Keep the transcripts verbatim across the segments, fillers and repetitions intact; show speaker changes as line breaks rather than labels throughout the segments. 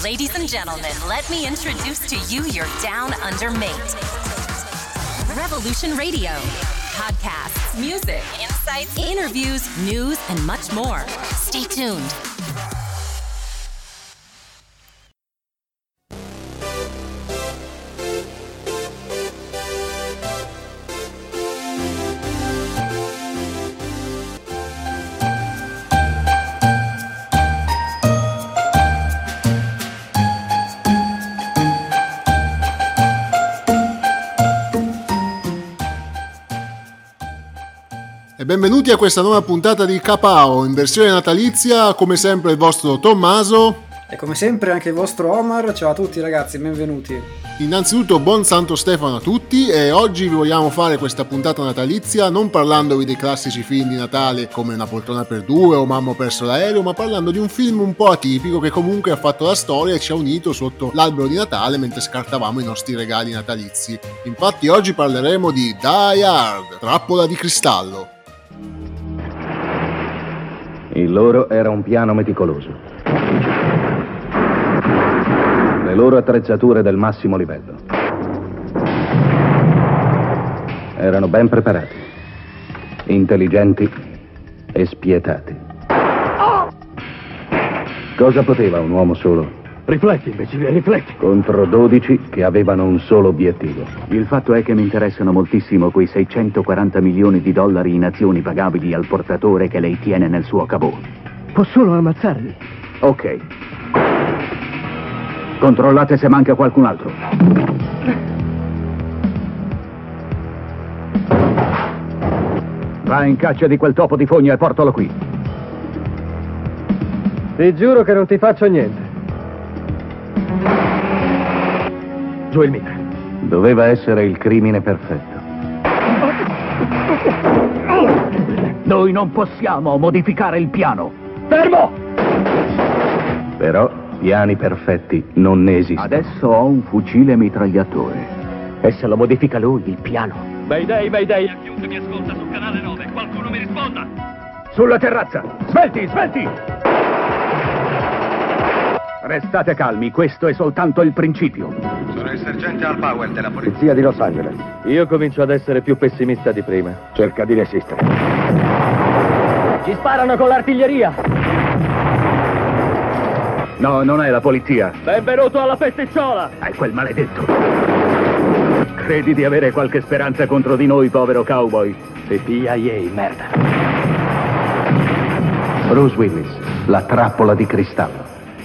Ladies and gentlemen, let me introduce to you your Down Under mate. Revolution Radio. Podcasts, music, insights, interviews, news, and much more. Stay tuned.
E benvenuti a questa nuova puntata di Capao in versione natalizia, come sempre il vostro Tommaso
e come sempre anche il vostro Omar. Ciao a tutti ragazzi, benvenuti.
Innanzitutto buon Santo Stefano a tutti, e oggi vi vogliamo fare questa puntata natalizia non parlandovi dei classici film di Natale come Una poltrona per due o Mamma ho perso l'aereo, ma parlando di un film un po' atipico che comunque ha fatto la storia e ci ha unito sotto l'albero di Natale mentre scartavamo i nostri regali natalizi. Infatti oggi parleremo di Die Hard, Trappola di cristallo.
Il loro era un piano meticoloso. Le loro attrezzature del massimo livello. Erano ben preparati, intelligenti e spietati. Cosa poteva un uomo solo?
Rifletti, imbecille, rifletti.
Contro dodici che avevano un solo obiettivo.
Il fatto è che mi interessano moltissimo quei seicentoquaranta milioni di dollari in azioni pagabili al portatore che lei tiene nel suo cabot.
Può solo ammazzarli.
Ok. Controllate se manca qualcun altro. Va in caccia di quel topo di fogna e portalo qui.
Ti giuro che non ti faccio niente.
Giù il mitra.
Doveva essere il crimine perfetto.
Noi non possiamo modificare il piano. Fermo!
Però piani perfetti non ne esistono.
Adesso ho un fucile mitragliatore.
E se lo modifica lui, il piano?
Mayday, Mayday, è chiunque mi ascolta sul canale nove. Qualcuno mi risponda.
Sulla terrazza. Svelti, svelti! Restate calmi, questo è soltanto il principio.
Sono il sergente Al Powell della polizia.
Polizia di Los Angeles. Io comincio ad essere più pessimista di prima.
Cerca di resistere.
Ci sparano con l'artiglieria!
No, non è la polizia.
Benvenuto alla festicciola!
È quel maledetto. Credi di avere qualche speranza contro di noi, povero cowboy?
C I A, merda.
Bruce Willis, La trappola di cristallo.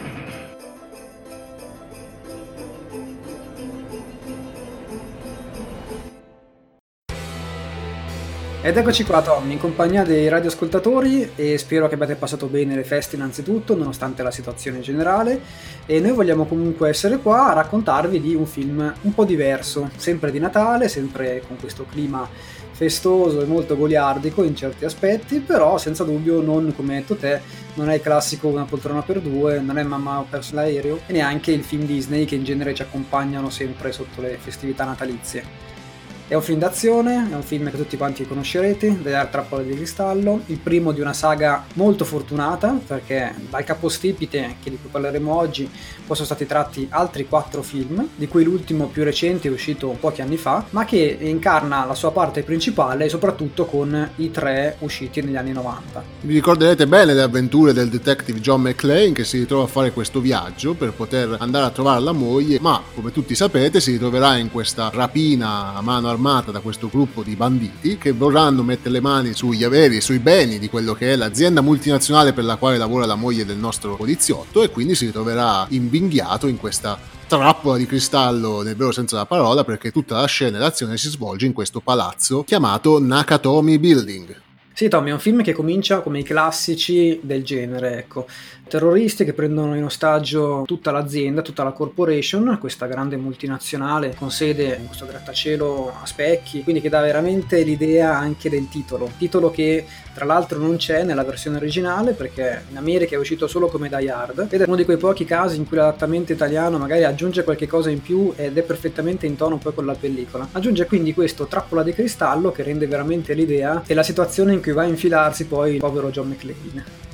Ed eccoci qua Tom, in compagnia dei radioascoltatori, e spero che abbiate passato bene le feste innanzitutto, nonostante la situazione generale, e noi vogliamo comunque essere qua a raccontarvi di un film un po' diverso, sempre di Natale, sempre con questo clima festoso e molto goliardico in certi aspetti, però senza dubbio non, come hai detto te, non è il classico Una poltrona per due, non è Mamma ho perso l'aereo, e neanche il film Disney che in genere ci accompagnano sempre sotto le festività natalizie. È un film d'azione, è un film che tutti quanti conoscerete, Die Hard, Trappola di cristallo, il primo di una saga molto fortunata, perché dal capostipite, che di cui parleremo oggi, poi sono stati tratti altri quattro film, di cui l'ultimo più recente è uscito pochi anni fa, ma che incarna la sua parte principale soprattutto con i tre usciti negli anni novanta.
Vi ricorderete bene le avventure del detective John McClane, che si ritrova a fare questo viaggio per poter andare a trovare la moglie, ma come tutti sapete si ritroverà in questa rapina a mano armata da questo gruppo di banditi che vorranno mettere le mani sugli averi e sui beni di quello che è l'azienda multinazionale per la quale lavora la moglie del nostro poliziotto, e quindi si ritroverà invinghiato in questa trappola di cristallo nel vero senso della parola, perché tutta la scena e l'azione si svolge in questo palazzo chiamato Nakatomi Building.
Sì, Tommy, è un film che comincia come i classici del genere, ecco. Terroristi che prendono in ostaggio tutta l'azienda, tutta la corporation, questa grande multinazionale con sede in questo grattacielo a specchi, quindi che dà veramente l'idea anche del titolo. Titolo che tra l'altro non c'è nella versione originale, perché in America è uscito solo come Die Hard, ed è uno di quei pochi casi in cui l'adattamento italiano magari aggiunge qualche cosa in più ed è perfettamente in tono poi con la pellicola. Aggiunge quindi questo trappola di cristallo che rende veramente l'idea e la situazione in cui va a infilarsi poi il povero John McClane.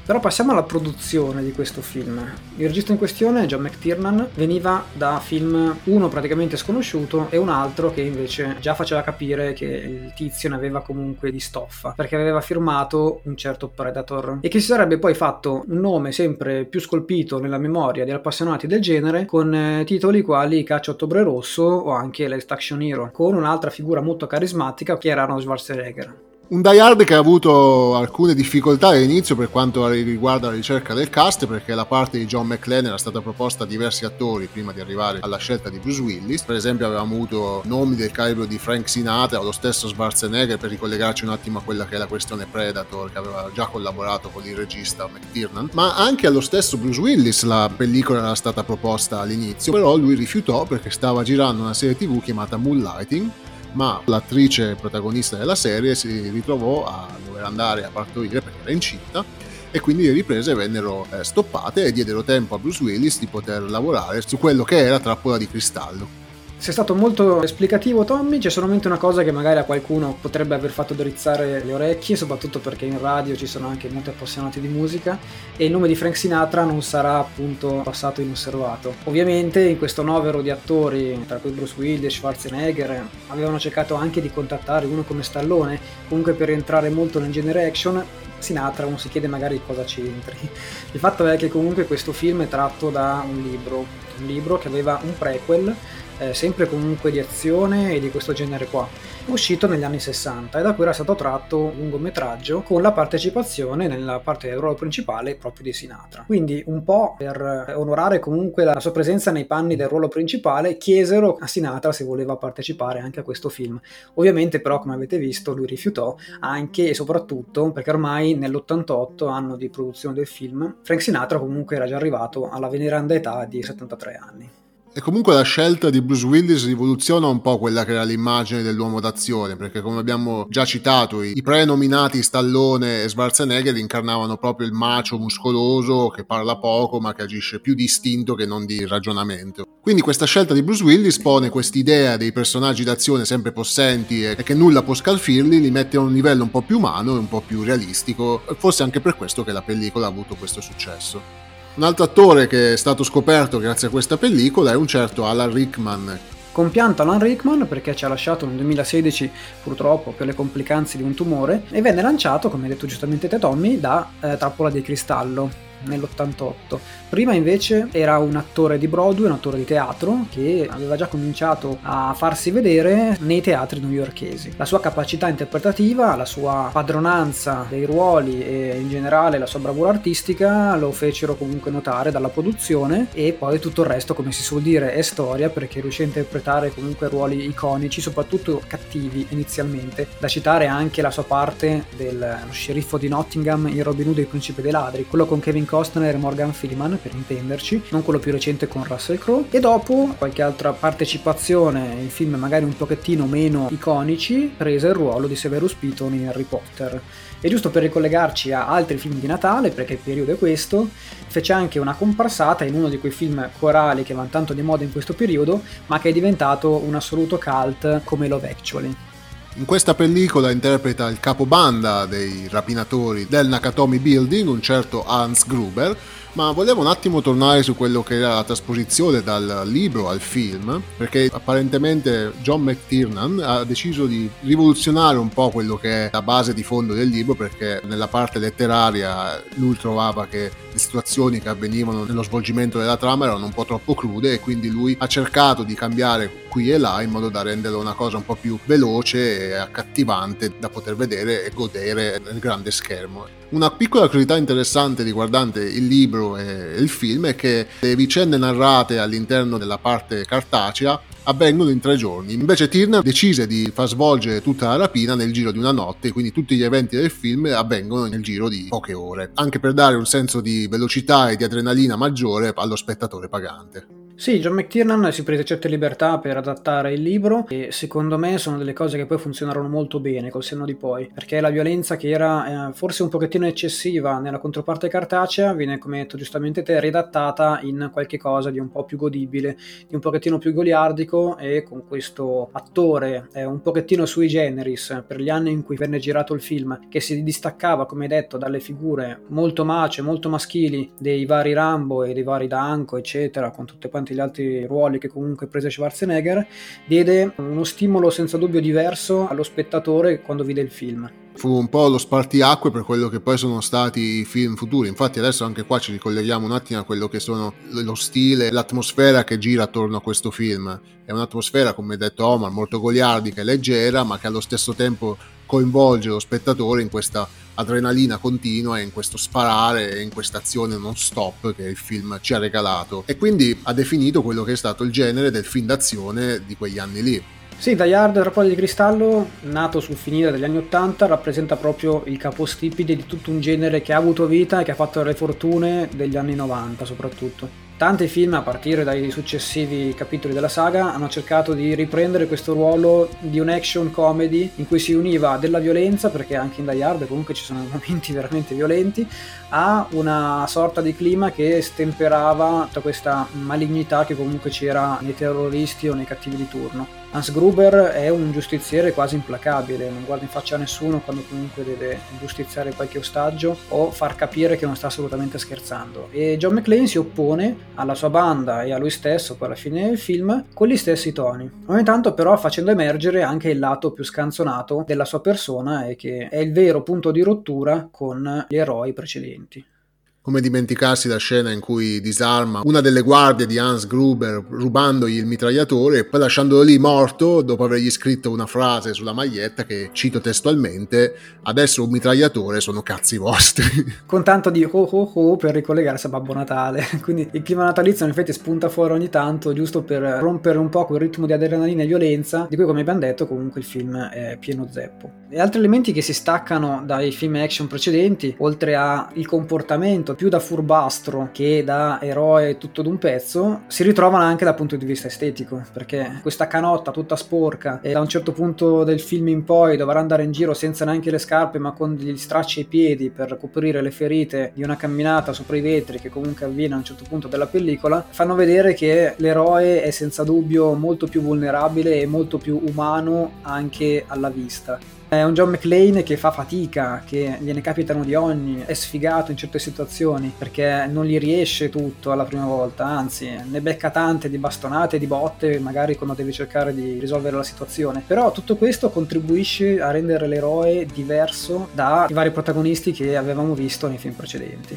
Però passiamo alla produzione di questo film. Il regista in questione, John McTiernan, veniva da film, uno praticamente sconosciuto e un altro che invece già faceva capire che il tizio ne aveva comunque di stoffa, perché aveva firmato un certo Predator e che si sarebbe poi fatto un nome sempre più scolpito nella memoria degli appassionati del genere con eh, titoli quali Caccia Ottobre Rosso o anche Last Action Hero, con un'altra figura molto carismatica che era Arnold Schwarzenegger.
Un Die Hard che ha avuto alcune difficoltà all'inizio per quanto riguarda la ricerca del cast, perché la parte di John McClane era stata proposta a diversi attori prima di arrivare alla scelta di Bruce Willis. Per esempio avevamo avuto nomi del calibro di Frank Sinatra o lo stesso Schwarzenegger, per ricollegarci un attimo a quella che è la questione Predator, che aveva già collaborato con il regista McTiernan. Ma anche allo stesso Bruce Willis la pellicola era stata proposta all'inizio, però lui rifiutò perché stava girando una serie tv chiamata Moonlighting, ma l'attrice protagonista della serie si ritrovò a dover andare a partorire perché era incinta e quindi le riprese vennero eh, stoppate e diedero tempo a Bruce Willis di poter lavorare su quello che era Trappola di cristallo.
Sei stato molto esplicativo, Tommy. C'è solamente una cosa che magari a qualcuno potrebbe aver fatto drizzare le orecchie, soprattutto perché in radio ci sono anche molti appassionati di musica e il nome di Frank Sinatra non sarà appunto passato inosservato. Ovviamente in questo novero di attori, tra cui Bruce Willis e Schwarzenegger, avevano cercato anche di contattare uno come Stallone, comunque per entrare molto nel genere action. Sinatra, uno si chiede magari cosa c'entri. Il fatto è che comunque questo film è tratto da un libro, un libro che aveva un prequel, eh, sempre comunque di azione e di questo genere qua, uscito negli anni sessanta e da cui era stato tratto un lungometraggio con la partecipazione nella parte del ruolo principale proprio di Sinatra. Quindi un po' per onorare comunque la sua presenza nei panni del ruolo principale chiesero a Sinatra se voleva partecipare anche a questo film. Ovviamente però, come avete visto, lui rifiutò, anche e soprattutto perché ormai nell'ottantotto, anno di produzione del film, Frank Sinatra comunque era già arrivato alla veneranda età di settantatré anni.
E comunque la scelta di Bruce Willis rivoluziona un po' quella che era l'immagine dell'uomo d'azione, perché come abbiamo già citato i prenominati Stallone e Schwarzenegger incarnavano proprio il macho muscoloso che parla poco ma che agisce più di istinto che non di ragionamento. Quindi questa scelta di Bruce Willis pone quest'idea dei personaggi d'azione sempre possenti e che nulla può scalfirli, li mette a un livello un po' più umano e un po' più realistico, forse anche per questo che la pellicola ha avuto questo successo. Un altro attore che è stato scoperto grazie a questa pellicola è un certo Alan Rickman.
Compianto Alan Rickman perché ci ha lasciato nel duemilasedici purtroppo per le complicanze di un tumore e venne lanciato, come hai detto giustamente te Tommy, da eh, Trappola di cristallo nell'ottantotto. Prima invece era un attore di Broadway, un attore di teatro che aveva già cominciato a farsi vedere nei teatri newyorkesi. La sua capacità interpretativa, la sua padronanza dei ruoli e in generale la sua bravura artistica lo fecero comunque notare dalla produzione e poi tutto il resto, come si suol dire, è storia, perché riuscì a interpretare comunque ruoli iconici, soprattutto cattivi inizialmente. Da citare anche la sua parte dello sceriffo di Nottingham in Robin Hood e il principe dei ladri, quello con Kevin Costner e Morgan Freeman per intenderci, non quello più recente con Russell Crowe, e dopo qualche altra partecipazione in film magari un pochettino meno iconici prese il ruolo di Severus Piton in Harry Potter. E giusto per ricollegarci a altri film di Natale, perché il periodo è questo, fece anche una comparsata in uno di quei film corali che vanno tanto di moda in questo periodo, ma che è diventato un assoluto cult come Love Actually.
In questa pellicola interpreta il capobanda dei rapinatori del Nakatomi Building, un certo Hans Gruber, ma volevo un attimo tornare su quello che era la trasposizione dal libro al film, perché apparentemente John McTiernan ha deciso di rivoluzionare un po' quello che è la base di fondo del libro, perché nella parte letteraria lui trovava che le situazioni che avvenivano nello svolgimento della trama erano un po' troppo crude e quindi lui ha cercato di cambiare qui e là in modo da renderlo una cosa un po' più veloce e accattivante da poter vedere e godere nel grande schermo. Una piccola curiosità interessante riguardante il libro e il film è che le vicende narrate all'interno della parte cartacea avvengono in tre giorni. Invece Tiernan decise di far svolgere tutta la rapina nel giro di una notte, quindi tutti gli eventi del film avvengono nel giro di poche ore, anche per dare un senso di velocità e di adrenalina maggiore allo spettatore pagante.
Sì, John McTiernan si prese certe libertà per adattare il libro e secondo me sono delle cose che poi funzionarono molto bene col senno di poi, perché la violenza che era eh, forse un pochettino eccessiva nella controparte cartacea viene, come hai detto giustamente te, ridattata in qualche cosa di un po' più godibile, di un pochettino più goliardico, e con questo attore eh, un pochettino sui generis per gli anni in cui venne girato il film, che si distaccava, come hai detto, dalle figure molto mace, molto maschili dei vari Rambo e dei vari Danko, eccetera, con tutte quante gli altri ruoli che comunque prese Schwarzenegger, diede uno stimolo senza dubbio diverso allo spettatore quando vide il film.
Fu un po' lo spartiacque per quello che poi sono stati i film futuri. Infatti adesso anche qua ci ricolleghiamo un attimo a quello che sono lo stile, l'atmosfera che gira attorno a questo film. È un'atmosfera, come detto Omar, molto goliardica e leggera, ma che allo stesso tempo coinvolge lo spettatore in questa adrenalina continua e in questo sparare e in questa azione non stop che il film ci ha regalato, e quindi ha definito quello che è stato il genere del film d'azione di quegli anni lì.
Sì, Die Hard, Trappola di cristallo, nato sul finire degli anni ottanta, rappresenta proprio il capostipite di tutto un genere che ha avuto vita e che ha fatto le fortune degli anni novanta soprattutto. Tanti film, a partire dai successivi capitoli della saga, hanno cercato di riprendere questo ruolo di un action comedy in cui si univa della violenza, perché anche in Die Hard comunque ci sono momenti veramente violenti, a una sorta di clima che stemperava tutta questa malignità che comunque c'era nei terroristi o nei cattivi di turno. Hans Gruber è un giustiziere quasi implacabile, non guarda in faccia a nessuno quando comunque deve giustiziare qualche ostaggio o far capire che non sta assolutamente scherzando. E John McClane si oppone alla sua banda e a lui stesso poi alla fine del film con gli stessi toni, ogni tanto però facendo emergere anche il lato più scanzonato della sua persona, e che è il vero punto di rottura con gli eroi precedenti.
Come dimenticarsi la scena in cui disarma una delle guardie di Hans Gruber rubandogli il mitragliatore e poi lasciandolo lì morto dopo avergli scritto una frase sulla maglietta che cito testualmente: adesso un mitragliatore sono cazzi vostri.
Con tanto di ho ho ho per ricollegarsi a Babbo Natale. Quindi il clima natalizio in effetti spunta fuori ogni tanto, giusto per rompere un po' quel ritmo di adrenalina e violenza di cui, come abbiamo detto, comunque il film è pieno zeppo. E altri elementi che si staccano dai film action precedenti, oltre al comportamento più da furbastro che da eroe tutto d'un pezzo, si ritrovano anche dal punto di vista estetico, perché questa canotta tutta sporca e da un certo punto del film in poi dovrà andare in giro senza neanche le scarpe ma con degli stracci ai piedi per coprire le ferite di una camminata sopra i vetri che comunque avviene a un certo punto della pellicola, fanno vedere che l'eroe è senza dubbio molto più vulnerabile e molto più umano anche alla vista. È un John McClane che fa fatica, che gliene capitano di ogni, è sfigato in certe situazioni perché non gli riesce tutto alla prima volta, anzi ne becca tante di bastonate e di botte magari quando deve cercare di risolvere la situazione, però tutto questo contribuisce a rendere l'eroe diverso dai vari protagonisti che avevamo visto nei film precedenti.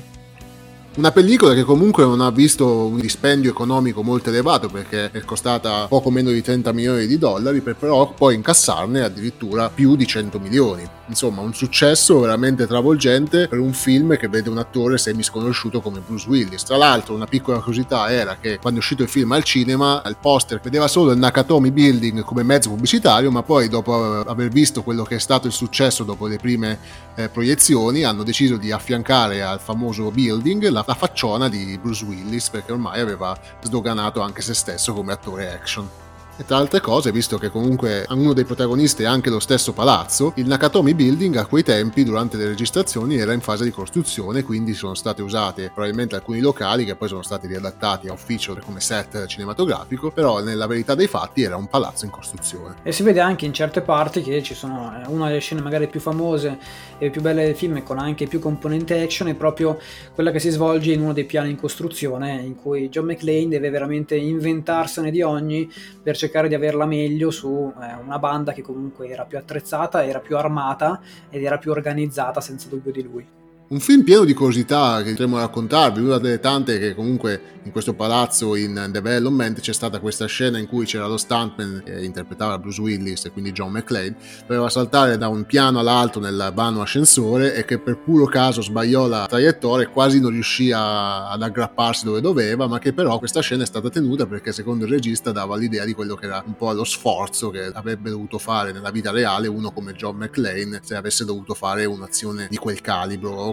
Una pellicola che comunque non ha visto un dispendio economico molto elevato, perché è costata poco meno di trenta milioni di dollari, per però poi incassarne addirittura più di cento milioni. Insomma, un successo veramente travolgente per un film che vede un attore semi sconosciuto come Bruce Willis. Tra l'altro, una piccola curiosità era che quando è uscito il film al cinema, il poster vedeva solo il Nakatomi Building come mezzo pubblicitario, ma poi dopo aver visto quello che è stato il successo dopo le prime eh, proiezioni, hanno deciso di affiancare al famoso building la la facciona di Bruce Willis, perché ormai aveva sdoganato anche se stesso come attore action. E tra altre cose, visto che comunque uno dei protagonisti è anche lo stesso palazzo, il Nakatomi Building a quei tempi durante le registrazioni era in fase di costruzione, quindi sono state usate probabilmente alcuni locali che poi sono stati riadattati a ufficio come set cinematografico, però nella verità dei fatti era un palazzo in costruzione.
E si vede anche in certe parti che ci sono una delle scene magari più famose e più belle del film, con anche più componente action, è proprio quella che si svolge in uno dei piani in costruzione, in cui John McClane deve veramente inventarsene di ogni per cercare di averla meglio su eh, una banda che comunque era più attrezzata, era più armata ed era più organizzata senza dubbio di lui.
Un film pieno di curiosità che potremmo raccontarvi, una delle tante che comunque in questo palazzo in development c'è stata questa scena in cui c'era lo stuntman che interpretava Bruce Willis e quindi John McClane, doveva saltare da un piano all'altro nel vano ascensore e che per puro caso sbagliò la traiettoria e quasi non riuscì a, ad aggrapparsi dove doveva, ma che però questa scena è stata tenuta perché secondo il regista dava l'idea di quello che era un po' lo sforzo che avrebbe dovuto fare nella vita reale uno come John McClane se avesse dovuto fare un'azione di quel calibro,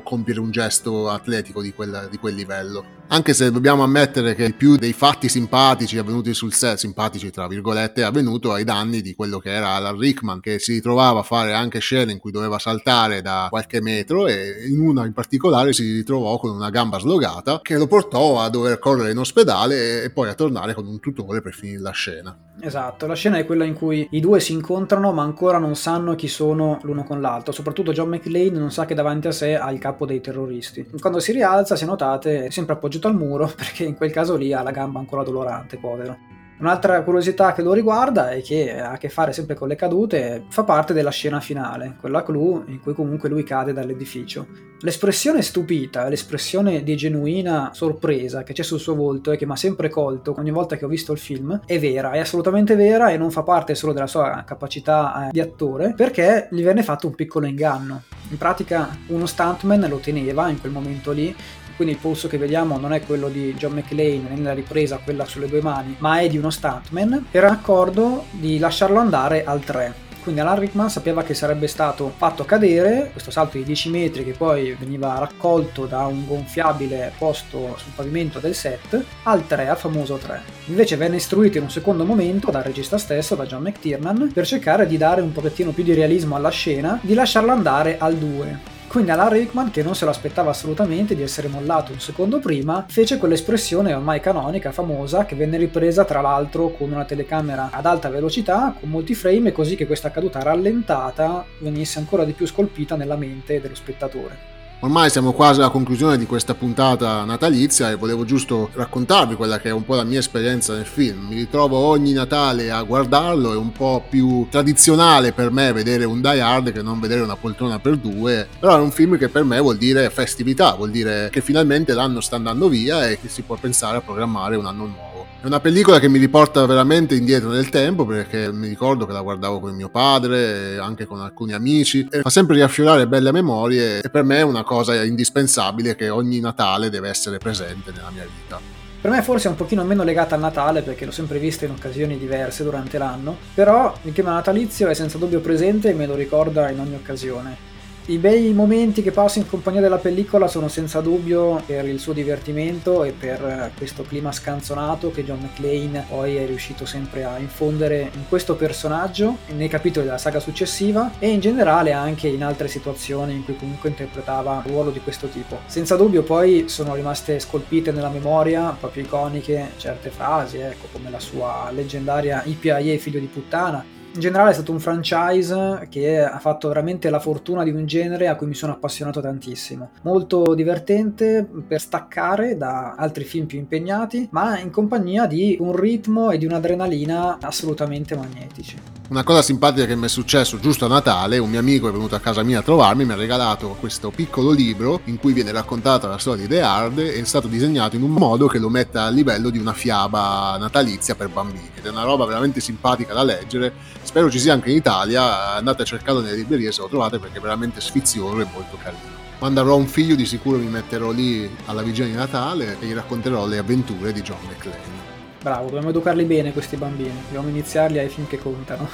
può compiere un gesto atletico di quel, di quel livello. Anche se dobbiamo ammettere che più dei fatti simpatici avvenuti sul set, simpatici tra virgolette, è avvenuto ai danni di quello che era Alan Rickman, che si ritrovava a fare anche scene in cui doveva saltare da qualche metro, e in una in particolare si ritrovò con una gamba slogata che lo portò a dover correre in ospedale e poi a tornare con un tutore per finire la scena.
Esatto, la scena è quella in cui i due si incontrano ma ancora non sanno chi sono l'uno con l'altro, soprattutto John McClane non sa che davanti a sé ha il capo dei terroristi. Quando si rialza, se notate, è sempre appoggiato al muro, perché in quel caso lì ha la gamba ancora dolorante, povero. Un'altra curiosità che lo riguarda è che ha a che fare sempre con le cadute, fa parte della scena finale, quella clou in cui comunque lui cade dall'edificio. L'espressione stupita, l'espressione di genuina sorpresa che c'è sul suo volto e che mi ha sempre colto ogni volta che ho visto il film, è vera, è assolutamente vera e non fa parte solo della sua capacità di attore, perché gli venne fatto un piccolo inganno. In pratica uno stuntman lo teneva in quel momento lì, quindi il polso che vediamo non è quello di John McClane nella ripresa, quella sulle due mani, ma è di uno stuntman, era d'accordo di lasciarlo andare al tre. Quindi Alan Rickman sapeva che sarebbe stato fatto cadere, questo salto di dieci metri che poi veniva raccolto da un gonfiabile posto sul pavimento del set, al tre, al famoso tre. Invece venne istruito in un secondo momento dal regista stesso, da John McTiernan, per cercare di dare un pochettino più di realismo alla scena, di lasciarlo andare al due. Quindi Alan Rickman, che non se lo aspettava assolutamente di essere mollato un secondo prima, fece quell'espressione ormai canonica, famosa, che venne ripresa tra l'altro con una telecamera ad alta velocità, con molti frame, così che questa caduta rallentata venisse ancora di più scolpita nella mente dello spettatore.
Ormai siamo quasi alla conclusione di questa puntata natalizia e volevo giusto raccontarvi quella che è un po' la mia esperienza nel film. Mi ritrovo ogni Natale a guardarlo, è un po' più tradizionale per me vedere un Die Hard che non vedere una poltrona per due, però è un film che per me vuol dire festività, vuol dire che finalmente l'anno sta andando via e che si può pensare a programmare un anno nuovo. È una pellicola che mi riporta veramente indietro nel tempo, perché mi ricordo che la guardavo con mio padre, anche con alcuni amici, e fa sempre riaffiorare belle memorie e per me è una cosa indispensabile che ogni Natale deve essere presente nella mia vita.
Per me forse è un pochino meno legata al Natale, perché l'ho sempre vista in occasioni diverse durante l'anno, però il tema natalizio è senza dubbio presente e me lo ricorda in ogni occasione. I bei momenti che passo in compagnia della pellicola sono senza dubbio per il suo divertimento e per questo clima scanzonato che John McClane poi è riuscito sempre a infondere in questo personaggio, nei capitoli della saga successiva e in generale anche in altre situazioni in cui comunque interpretava un ruolo di questo tipo. Senza dubbio poi sono rimaste scolpite nella memoria, proprio iconiche, certe frasi, ecco, come la sua leggendaria I P I A figlio di puttana. In generale è stato un franchise che ha fatto veramente la fortuna di un genere a cui mi sono appassionato tantissimo. Molto divertente per staccare da altri film più impegnati, ma in compagnia di un ritmo e di un'adrenalina assolutamente magnetici.
Una cosa simpatica che mi è successo giusto a Natale, un mio amico è venuto a casa mia a trovarmi, mi ha regalato questo piccolo libro in cui viene raccontata la storia di Die Hard e è stato disegnato in un modo che lo metta a livello di una fiaba natalizia per bambini. Ed è una roba veramente simpatica da leggere, spero ci sia anche in Italia, andate a cercarlo nelle librerie se lo trovate perché è veramente sfizioso e molto carino. Quando avrò un figlio di sicuro mi metterò lì alla vigilia di Natale e gli racconterò le avventure di John McClane.
Bravo, dobbiamo educarli bene questi bambini, dobbiamo iniziarli ai film che contano.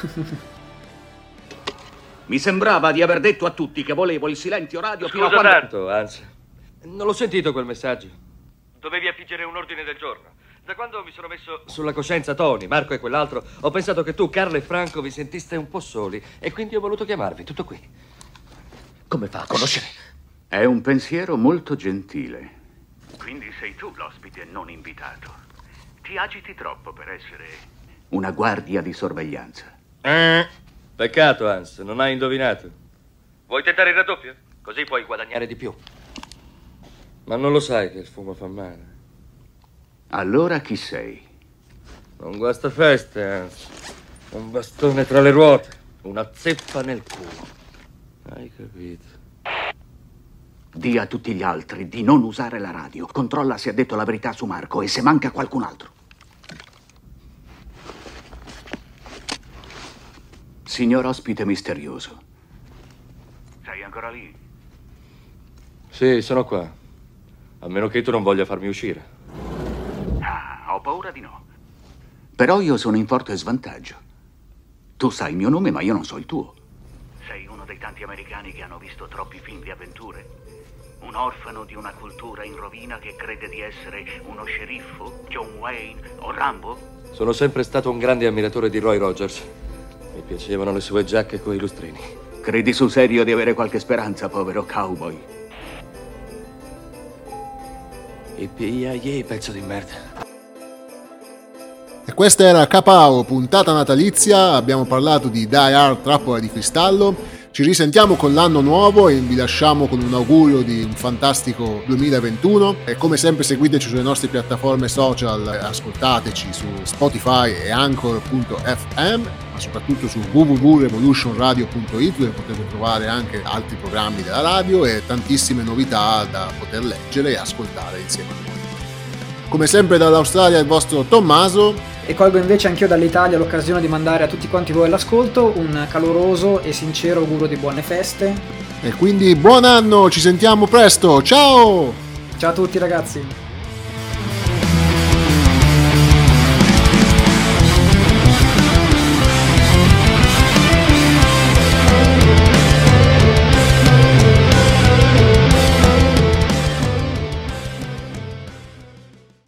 Mi sembrava di aver detto a tutti che volevo il silenzio radio fino a
Scusa
quando...
tanto, Hans. Non l'ho sentito quel messaggio. Dovevi affiggere un ordine del giorno. Da quando mi sono messo sulla coscienza Tony, Marco e quell'altro, ho pensato che tu, Carlo e Franco vi sentiste un po' soli e quindi ho voluto chiamarvi, tutto qui. Come fa a conoscere?
È un pensiero molto gentile.
Quindi sei tu l'ospite non invitato. Ti agiti troppo per essere...
Una guardia di sorveglianza.
Eh, peccato, Hans, non hai indovinato. Vuoi tentare il raddoppio? Così puoi guadagnare di più. Ma non lo sai che il fumo fa male.
Allora chi sei?
Un guastafeste, Hans. Un bastone tra le ruote. Una zeppa nel culo. Hai capito?
Dì a tutti gli altri di non usare la radio. Controlla se ha detto la verità su Marco e se manca qualcun altro. Signor ospite misterioso.
Sei ancora lì?
Sì, sono qua. A meno che tu non voglia farmi uscire.
Ah, ho paura di no.
Però io sono in forte svantaggio. Tu sai il mio nome, ma io non so il tuo.
Sei uno dei tanti americani che hanno visto troppi film di avventure. Un orfano di una cultura in rovina che crede di essere uno sceriffo, John Wayne o Rambo?
Sono sempre stato un grande ammiratore di Roy Rogers. Mi piacevano le sue giacche coi lustrini.
Credi sul serio di avere qualche speranza, povero cowboy?
Yippee-yay, pezzo di merda.
E questa era K O, puntata natalizia. Abbiamo parlato di Die Hard, Trappola di cristallo. Ci risentiamo con l'anno nuovo e vi lasciamo con un augurio di un fantastico duemilaventuno. E come sempre seguiteci sulle nostre piattaforme social, ascoltateci su Spotify e Anchor punto effe emme, ma soprattutto su w w w punto revolution radio punto it, dove potete trovare anche altri programmi della radio e tantissime novità da poter leggere e ascoltare insieme a noi. Come sempre dall'Australia il vostro Tommaso.
E colgo invece anch'io dall'Italia l'occasione di mandare a tutti quanti voi all'ascolto un caloroso e sincero augurio di buone feste.
E quindi buon anno, ci sentiamo presto, ciao!
Ciao a tutti ragazzi!